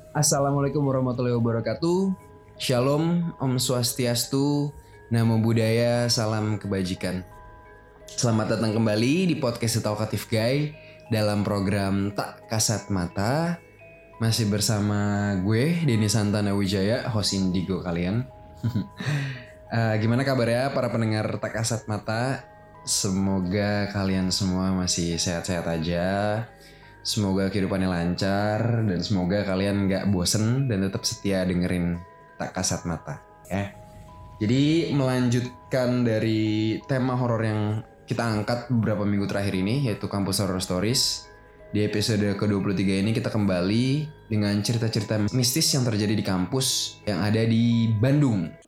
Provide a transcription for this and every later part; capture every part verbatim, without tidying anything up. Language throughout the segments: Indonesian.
Assalamualaikum warahmatullahi wabarakatuh. Shalom, Om Swastiastu, Namo Buddhaya, Salam Kebajikan. Selamat datang kembali di podcast The Talkative Guy dalam program Tak Kasat Mata. Masih bersama gue, Denny Santana Wijaya, host indigo kalian. uh, Gimana kabarnya para pendengar Tak Kasat Mata? Semoga kalian semua masih sehat-sehat aja. Semoga kehidupannya lancar dan semoga kalian gak bosen dan tetap setia dengerin Tak Kasat Mata ya. Jadi melanjutkan dari tema horor yang kita angkat beberapa minggu terakhir ini, yaitu Kampus Horror Stories. Di episode ke dua puluh tiga ini kita kembali dengan cerita-cerita mistis yang terjadi di kampus yang ada di Bandung.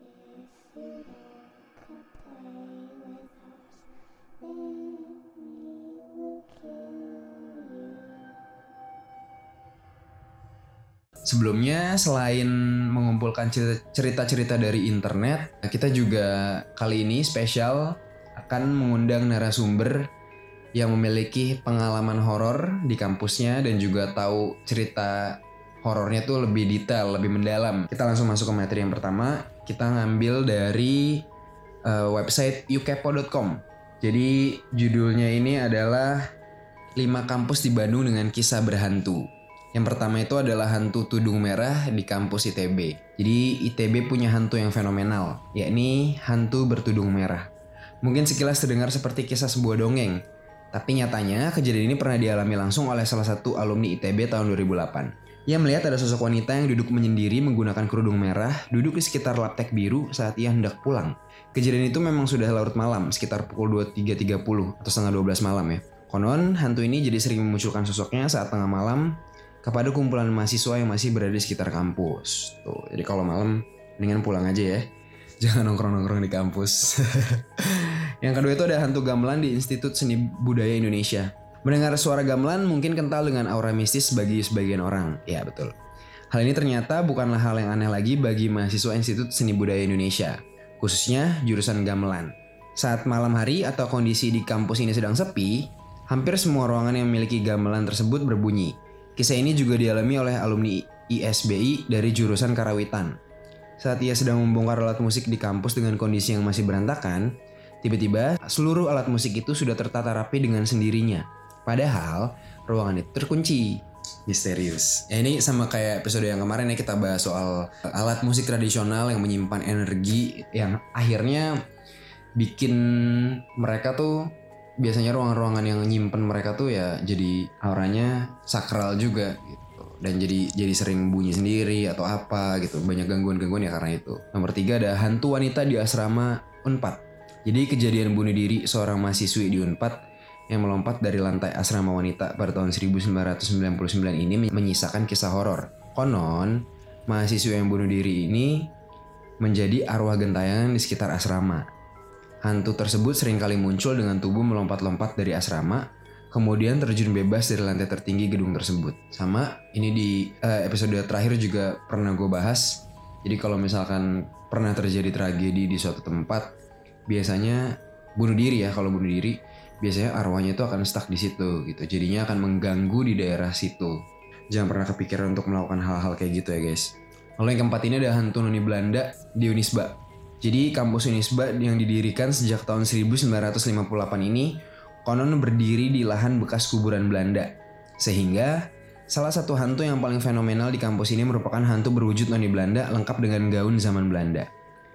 Sebelumnya, selain mengumpulkan cerita-cerita dari internet, kita juga kali ini spesial akan mengundang narasumber yang memiliki pengalaman horor di kampusnya dan juga tahu cerita horornya tuh lebih detail, lebih mendalam. Kita langsung masuk ke materi yang pertama. Kita ngambil dari uh, website yukepo dot com. Jadi judulnya ini adalah lima kampus di Bandung dengan kisah berhantu. Yang pertama itu adalah hantu tudung merah di kampus I T B. Jadi I T B punya hantu yang fenomenal, yakni hantu bertudung merah. Mungkin sekilas terdengar seperti kisah sebuah dongeng, tapi nyatanya kejadian ini pernah dialami langsung oleh salah satu alumni I T B tahun dua ribu delapan. Ia melihat ada sosok wanita yang duduk menyendiri menggunakan kerudung merah, duduk di sekitar laptek biru saat ia hendak pulang. Kejadian itu memang sudah larut malam, sekitar pukul dua puluh tiga tiga puluh atau setengah dua belas malam ya. Konon, hantu ini jadi sering memunculkan sosoknya saat tengah malam kepada kumpulan mahasiswa yang masih berada di sekitar kampus. Tuh, jadi kalau malam mendingan pulang aja ya. Jangan nongkrong-nongkrong di kampus. Yang kedua itu ada hantu gamelan di Institut Seni Budaya Indonesia. Mendengar suara gamelan mungkin kental dengan aura mistis bagi sebagian orang. Ya, betul. Hal ini ternyata bukanlah hal yang aneh lagi bagi mahasiswa Institut Seni Budaya Indonesia, khususnya jurusan gamelan. Saat malam hari atau kondisi di kampus ini sedang sepi, hampir semua ruangan yang memiliki gamelan tersebut berbunyi. Kisah ini juga dialami oleh alumni I S B I dari jurusan Karawitan. Saat ia sedang membongkar alat musik di kampus dengan kondisi yang masih berantakan, tiba-tiba seluruh alat musik itu sudah tertata rapi dengan sendirinya. Padahal ruangan itu terkunci. Misterius. Ya, ini sama kayak episode yang kemarin ya, kita bahas soal alat musik tradisional yang menyimpan energi yang akhirnya bikin mereka tuh, biasanya ruangan-ruangan yang nyimpen mereka tuh ya jadi auranya sakral juga gitu. Dan jadi jadi sering bunyi sendiri atau apa gitu. Banyak gangguan-gangguan ya karena itu. Nomor tiga ada hantu wanita di asrama Unpad. Jadi kejadian bunuh diri seorang mahasiswi di Unpad yang melompat dari lantai asrama wanita pada tahun seribu sembilan ratus sembilan puluh sembilan ini menyisakan kisah horor. Konon, mahasiswa yang bunuh diri ini menjadi arwah gentayangan di sekitar asrama. Hantu tersebut seringkali muncul dengan tubuh melompat-lompat dari asrama, kemudian terjun bebas dari lantai tertinggi gedung tersebut. Sama, ini di uh, episode terakhir juga pernah gue bahas. Jadi kalau misalkan pernah terjadi tragedi di suatu tempat, biasanya bunuh diri ya, kalau bunuh diri, biasanya arwahnya itu akan stuck di situ gitu. Jadinya akan mengganggu di daerah situ. Jangan pernah kepikiran untuk melakukan hal-hal kayak gitu ya guys. Lalu yang keempat ini ada hantu noni Belanda di Unisba. Jadi kampus Unisba yang didirikan sejak tahun seribu sembilan ratus lima puluh delapan ini konon berdiri di lahan bekas kuburan Belanda. Sehingga salah satu hantu yang paling fenomenal di kampus ini merupakan hantu berwujud noni Belanda lengkap dengan gaun zaman Belanda.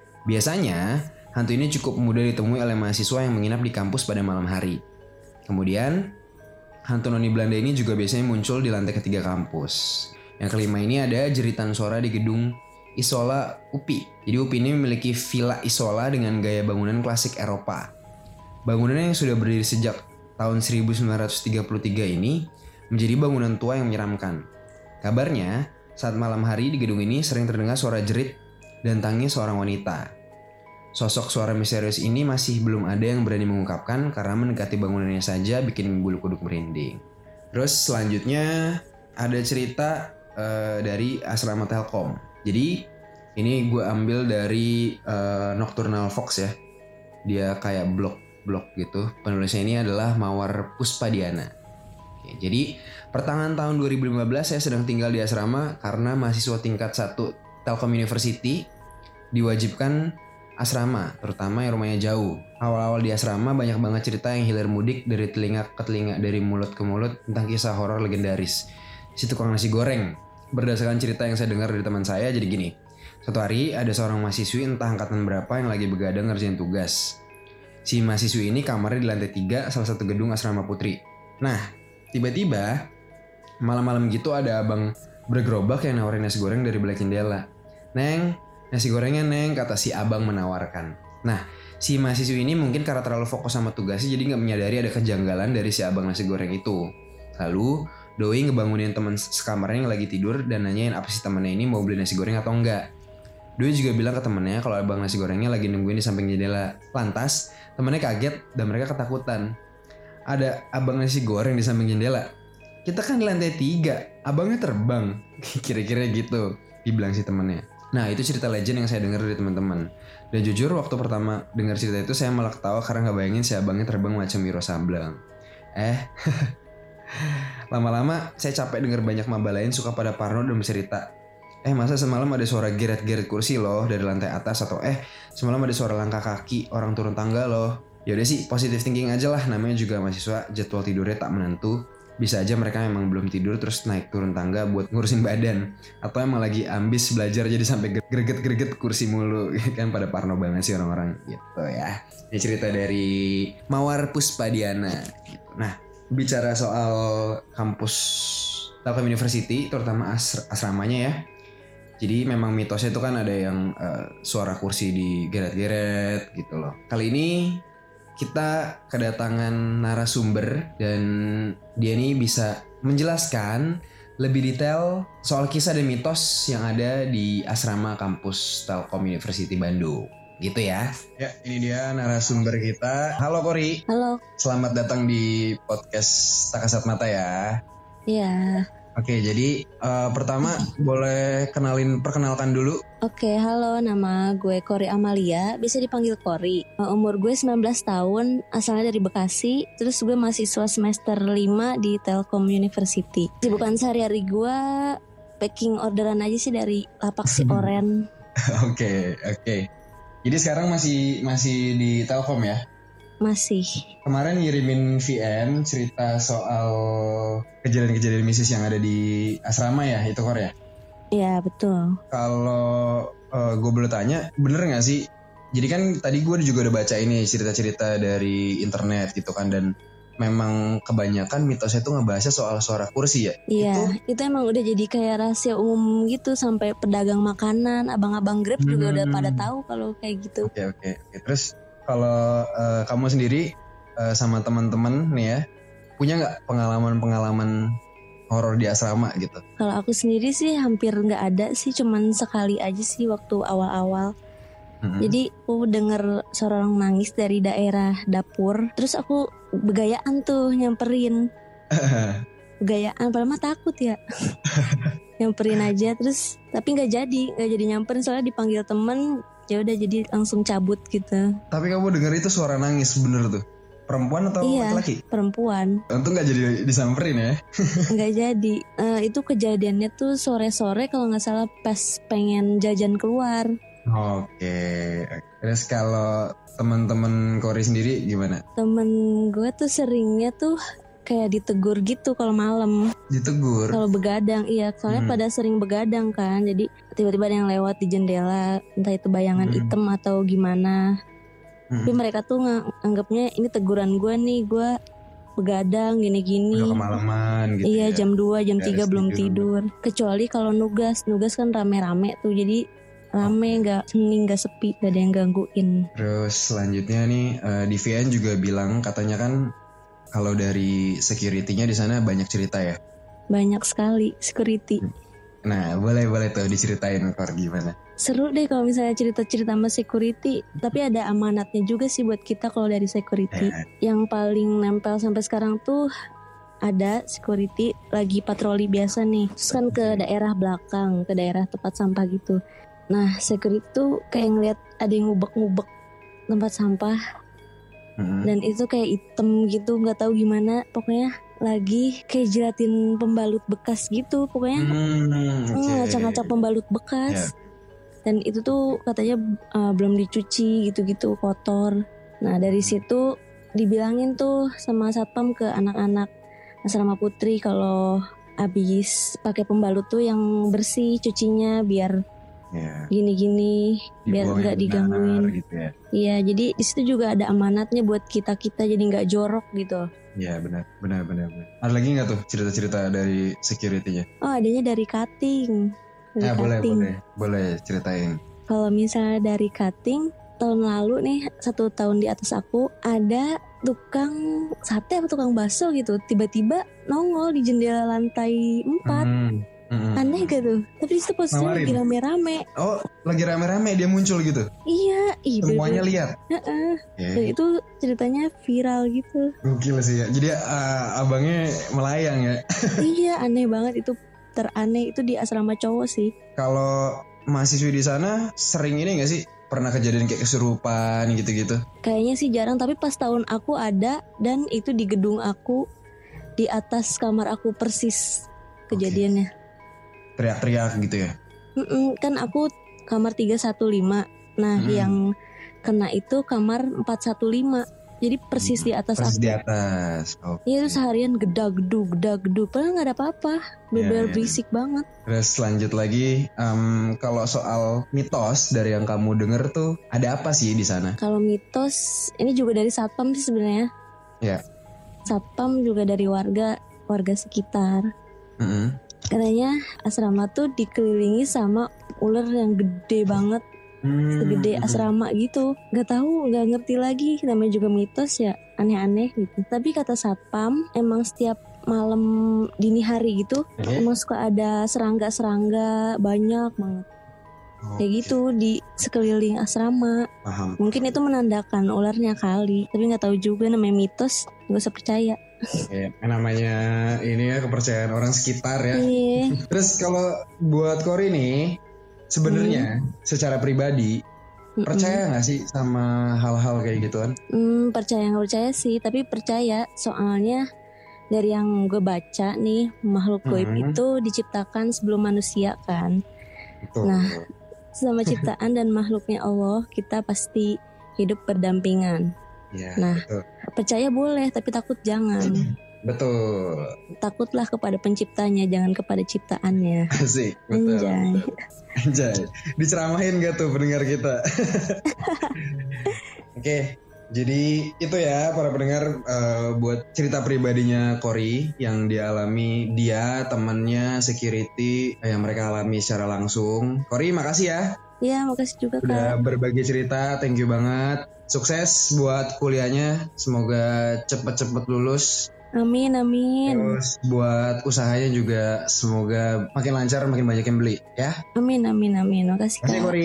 Biasanya hantu ini cukup mudah ditemui oleh mahasiswa yang menginap di kampus pada malam hari. Kemudian hantu noni Belanda ini juga biasanya muncul di lantai ketiga kampus. Yang kelima ini ada jeritan suara di gedung Isola U P I. Jadi U P I ini memiliki villa Isola dengan gaya bangunan klasik Eropa. Bangunan yang sudah berdiri sejak tahun seribu sembilan ratus tiga puluh tiga ini menjadi bangunan tua yang menyeramkan. Kabarnya, saat malam hari di gedung ini sering terdengar suara jerit dan tangis seorang wanita. Sosok suara misterius ini masih belum ada yang berani mengungkapkan karena mendekati bangunannya saja bikin bulu kuduk merinding. Terus selanjutnya ada cerita uh, dari asrama Telkom. Jadi ini gue ambil dari uh, Nocturnal Fox ya. Dia kayak blog-blog gitu. Penulisnya ini adalah Mawar Puspadiana. Oke, jadi pertengahan tahun dua ribu lima belas saya sedang tinggal di asrama karena mahasiswa tingkat satu Telkom University diwajibkan asrama, terutama yang rumahnya jauh. Awal-awal di asrama banyak banget cerita yang hilir mudik dari telinga ke telinga, dari mulut ke mulut tentang kisah horor legendaris si tukang nasi goreng. Berdasarkan cerita yang saya dengar dari teman saya, jadi gini. Suatu hari ada seorang mahasiswi entah angkatan berapa yang lagi begadang ngerjain tugas. Si mahasiswi ini kamarnya di lantai tiga salah satu gedung asrama putri. Nah, tiba-tiba malam-malam gitu ada abang bergerobak yang nawarin nasi goreng dari balik jendela. Neng, nasi gorengnya neng, kata si abang menawarkan. Nah, si mahasiswi ini mungkin karena terlalu fokus sama tugasnya jadi gak menyadari ada kejanggalan dari si abang nasi goreng itu. Lalu, Doi ngebangunin teman sekamarnya yang lagi tidur dan nanyain apa sih temannya ini mau beli nasi goreng atau enggak. Doi juga bilang ke temennya kalau abang nasi gorengnya lagi nungguin di samping jendela. Lantas, temennya kaget dan mereka ketakutan. Ada abang nasi goreng di samping jendela. Kita kan di lantai tiga, abangnya terbang. Kira-kira gitu, dibilang si temennya. Nah, itu cerita legend yang saya dengar dari teman-teman. Dan jujur, waktu pertama dengar cerita itu saya malah ketawa karena nggak bayangin si abangnya terbang macam Wiro Sableng. Eh, lama-lama saya capek dengar banyak maba lain suka pada parno dan bercerita. Eh masa semalam ada suara geret-geret kursi loh dari lantai atas, atau eh semalam ada suara langkah kaki orang turun tangga loh. Ya udah sih, positive thinking aja lah, namanya juga mahasiswa, jadwal tidurnya tak menentu. Bisa aja mereka memang belum tidur terus naik turun tangga buat ngurusin badan, atau emang lagi ambis belajar jadi sampai greget-greget kursi mulu. Kan pada parno banget sih orang-orang gitu ya. Ini cerita dari Mawar Puspadiana gitu. Nah, bicara soal kampus Telkom University, terutama asr- asramanya ya. Jadi memang mitosnya itu kan ada yang uh, suara kursi digeret-geret gitu loh. Kali ini kita kedatangan narasumber dan dia ini bisa menjelaskan lebih detail soal kisah dan mitos yang ada di asrama kampus Telkom University Bandung. Gitu ya. Ya, ini dia narasumber kita. Halo Kori. Halo. Selamat datang di podcast Tak Kasat Mata ya. Iya. Oke, jadi uh, pertama boleh kenalin perkenalkan dulu. Oke, halo, nama gue Kori Amalia, bisa dipanggil Kori. Umur gue sembilan belas tahun, asalnya dari Bekasi. Terus gue mahasiswa semester lima di Telkom University. Sibukan sehari-hari gue packing orderan aja sih dari lapak si Oren. Oke, oke. Jadi sekarang masih masih di Telkom ya? Masih. Kemarin ngirimin V M cerita soal kejadian-kejadian mistis yang ada di asrama ya, itu Kor ya? Iya, betul. Kalau uh, gue boleh tanya, bener gak sih? Jadi kan tadi gue juga udah baca ini cerita-cerita dari internet gitu kan, dan memang kebanyakan mitosnya tuh ngebahasnya soal suara kursi ya? Iya, itu, itu emang udah jadi kayak rahasia umum gitu, sampai pedagang makanan, abang-abang Grab hmm. juga udah pada tahu kalau kayak gitu. Oke, oke, oke. Terus kalau uh, kamu sendiri uh, sama teman-teman nih ya, punya nggak pengalaman-pengalaman horor di asrama gitu? Kalau aku sendiri sih hampir nggak ada sih, cuman sekali aja sih waktu awal-awal. Mm-hmm. Jadi aku denger suara orang nangis dari daerah dapur, terus aku begayaan tuh nyamperin. Begayaan, padahal mah takut ya. Nyamperin aja, terus tapi nggak jadi, nggak jadi nyamperin soalnya dipanggil temen. Ya udah jadi langsung cabut gitu. Tapi kamu dengar itu suara nangis bener tuh? Perempuan atau iya, laki-laki? Perempuan. Untung gak jadi disamperin ya? Gak jadi. Uh, itu kejadiannya tuh sore-sore kalau gak salah pas pengen jajan keluar. Oke. Terus kalau teman-teman Kori sendiri gimana? Temen gue tuh seringnya tuh kayak ditegur gitu kalau malam. Ditegur? Kalau begadang, iya. Soalnya hmm. pada sering begadang kan. Jadi tiba-tiba ada yang lewat di jendela, entah itu bayangan hmm. hitam atau gimana. Hmm. Tapi mereka tuh nganggapnya ini teguran gue nih, gue begadang gini-gini. Udah kemalaman gitu. Iya, ya? jam dua, jam tiga belum tidur. Kecuali kalau nugas, nugas kan rame-rame tuh. Jadi rame, nggak sening, nggak sepi, gak ada yang gangguin. Terus selanjutnya nih uh, di V N juga bilang katanya kan kalau dari security-nya di sana banyak cerita ya? Banyak sekali security. Nah, boleh-boleh tuh diceritain Kor gimana? Seru deh kalau misalnya cerita-cerita sama security. Tapi ada amanatnya juga sih buat kita kalau dari security. Eh. Yang paling nempel sampai sekarang tuh ada security lagi patroli biasa nih. Terus kan ke daerah belakang, ke daerah tempat sampah gitu. Nah, security tuh kayak ngeliat ada yang ngubek-ngubek tempat sampah. Hmm. Dan itu kayak hitam gitu, nggak tahu gimana. Pokoknya lagi kayak jelatin pembalut bekas gitu. Pokoknya Hmm, hmm, oke. ngacak-ngacak pembalut bekas. Ya. Dan itu tuh katanya uh, belum dicuci gitu-gitu, kotor. Nah dari situ dibilangin tuh sama satpam ke anak-anak asrama putri kalau abis pakai pembalut tuh yang bersih cucinya biar Ya. gini-gini, biar Dibuang nggak yang digangguin. benar gitu ya. Iya, jadi di situ juga ada amanatnya buat kita kita jadi nggak jorok gitu. Iya benar, benar, benar, benar. Ada lagi nggak tuh cerita-cerita dari security-nya? Oh adanya dari cutting. Dari Ya boleh, cutting. boleh, boleh ceritain. Kalau misalnya dari cutting, tahun lalu nih satu tahun di atas aku ada tukang sate atau tukang bakso gitu tiba-tiba nongol di jendela lantai empat. Hmm, hmm. Aneh gak tuh? Tapi itu posisinya Nawarin. lagi rame-rame. Oh lagi rame-rame dia muncul gitu. Iya, ih, Semuanya bener. lihat. Heeh. Oke. Dan itu ceritanya viral gitu. Gokil sih ya. Jadi uh, abangnya melayang ya. Iya, aneh banget itu. Teraneh itu di asrama cowok sih. Kalau mahasiswi di sana sering ini nggak sih? Pernah kejadian kayak kesurupan gitu-gitu? Kayaknya sih jarang, tapi pas tahun aku ada dan itu di gedung aku di atas kamar aku persis kejadiannya. Teriak-teriak gitu ya? Mm-mm, kan aku kamar tiga satu lima. Nah, Hmm. yang kena itu kamar empat satu lima. Jadi persis di atas Persis aku. di atas. Oke. Iya itu seharian gedak-geduk, gedak-geduk. Padahal nggak ada apa-apa. Bener-bener Ya, ya. berisik banget. Terus lanjut lagi, em, kalau soal mitos dari yang kamu denger tuh ada apa sih di sana? Kalau mitos ini juga dari satpam sih sebenarnya. Ya. Satpam juga dari warga warga sekitar. Mm-mm. Katanya asrama tuh dikelilingi sama ular yang gede banget, Hmm, segede mm-mm. asrama gitu. Gak tahu, gak ngerti lagi. Namanya juga mitos ya, aneh-aneh gitu. Tapi kata satpam emang setiap malam dini hari gitu Oke. emang suka ada serangga-serangga banyak banget. Kayak Oke, gitu di sekeliling asrama. paham. Mungkin itu menandakan ularnya kali, tapi nggak tahu juga namanya mitos, nggak usah percaya. Ya, namanya ini ya kepercayaan orang sekitar ya. Iya. Terus kalau buat Kori nih, sebenarnya secara pribadi Mm-mm. percaya nggak sih sama hal-hal kayak gituan? Hmm, percaya nggak percaya sih, tapi percaya soalnya dari yang gue baca nih makhluk goib Hmm. itu diciptakan sebelum manusia kan. Betul. Nah, sama ciptaan dan makhluknya Allah kita pasti hidup berdampingan. Ya, Nah, betul. percaya boleh tapi takut jangan. Betul. Takutlah kepada penciptanya, jangan kepada ciptaannya. Asik. Betul. Anjay. betul. Anjay. Diceramahin gak tuh pendengar kita? Oke. Jadi itu ya para pendengar, uh, buat cerita pribadinya Kori yang dialami dia, temannya, security yang mereka alami secara langsung. Kori makasih ya Ya, makasih juga udah Kak. berbagi cerita, thank you banget. Sukses buat kuliahnya, semoga cepet-cepet lulus. Amin, amin. Terus buat usahanya juga semoga makin lancar, makin banyak yang beli ya. Amin, amin, amin. Makasih Makasih Kak. Kori,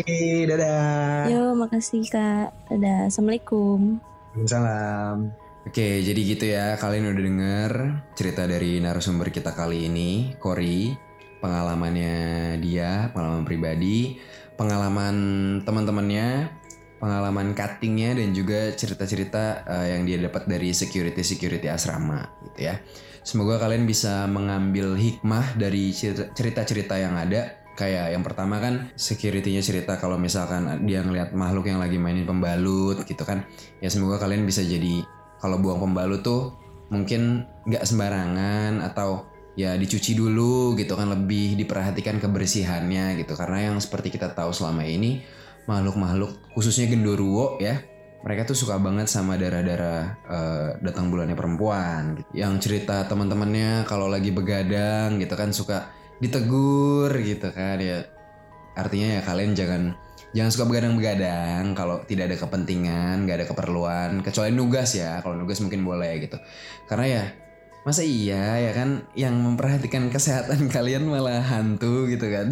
dadah. Yo, makasih Kak. Dadah. Assalamualaikum. Salam. Oke, jadi gitu ya. Kalian udah denger cerita dari narasumber kita kali ini, Kori. Pengalamannya dia, pengalaman pribadi, pengalaman teman-temannya, pengalaman cuttingnya, dan juga cerita-cerita uh, yang dia dapat dari security-security asrama gitu ya. Semoga kalian bisa mengambil hikmah dari cerita-cerita yang ada. Kayak yang pertama kan security-nya cerita kalau misalkan dia ngeliat makhluk yang lagi mainin pembalut gitu kan. Ya semoga kalian bisa jadi kalau buang pembalut tuh mungkin gak sembarangan atau ya dicuci dulu gitu kan, lebih diperhatikan kebersihannya gitu. Karena yang seperti kita tahu selama ini makhluk-makhluk khususnya genderuwo ya, mereka tuh suka banget sama darah-darah uh, datang bulannya perempuan gitu. Yang cerita teman-temannya kalau lagi begadang gitu kan suka ditegur gitu kan ya. Artinya ya kalian jangan jangan suka begadang-begadang kalau tidak ada kepentingan, gak ada keperluan, kecuali nugas ya. Kalau nugas mungkin boleh gitu. Karena ya masa iya ya kan yang memperhatikan kesehatan kalian malah hantu gitu kan.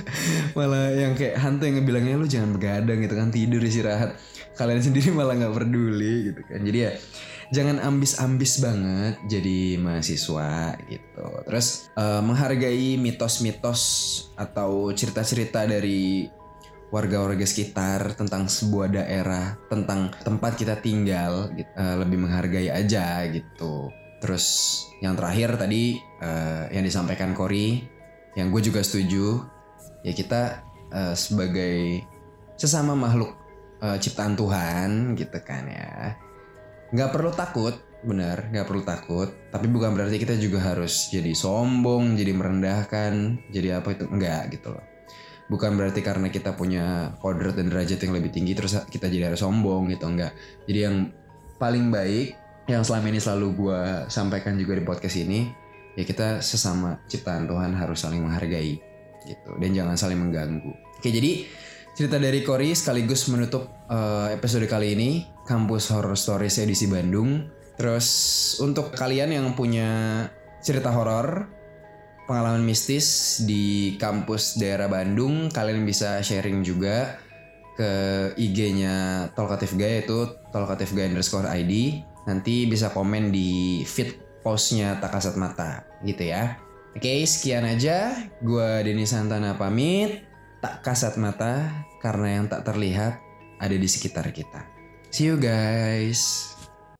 Malah yang kayak hantu yang ngebilangnya lu jangan begadang gitu kan, tidur istirahat. Kalian sendiri malah gak peduli gitu kan. Jadi ya jangan ambis-ambis banget jadi mahasiswa gitu. Terus uh, menghargai mitos-mitos atau cerita-cerita dari warga-warga sekitar tentang sebuah daerah, tentang tempat kita tinggal gitu. Uh, lebih menghargai aja gitu. Terus yang terakhir tadi uh, yang disampaikan Cory, yang gue juga setuju, ya kita uh, sebagai sesama makhluk uh, ciptaan Tuhan gitu kan ya, nggak perlu takut, benar, nggak perlu takut. Tapi bukan berarti kita juga harus jadi sombong, jadi merendahkan, jadi apa itu, enggak gitu loh. Bukan berarti karena kita punya kodrat dan derajat yang lebih tinggi terus kita jadi harus sombong gitu, enggak. Jadi yang paling baik yang selama ini selalu gue sampaikan juga di podcast ini, ya kita sesama ciptaan Tuhan harus saling menghargai gitu, dan jangan saling mengganggu. Oke, jadi cerita dari Cory sekaligus menutup uh, episode kali ini, Kampus Horror Stories edisi Bandung. Terus untuk kalian yang punya cerita horor, pengalaman mistis di kampus daerah Bandung, kalian bisa sharing juga ke I G-nya Talkative Guy, yaitu talkative guy underscore I D. Nanti bisa komen di feed postnya Tak Kasat Mata gitu ya. Oke, sekian aja. Gua Denny Santana pamit. Tak kasat mata, karena yang tak terlihat ada di sekitar kita. See you guys.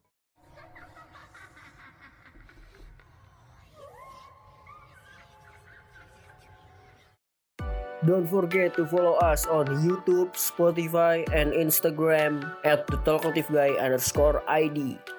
Don't forget to follow us on YouTube, Spotify, and Instagram at the Talkative Guy underscore I D.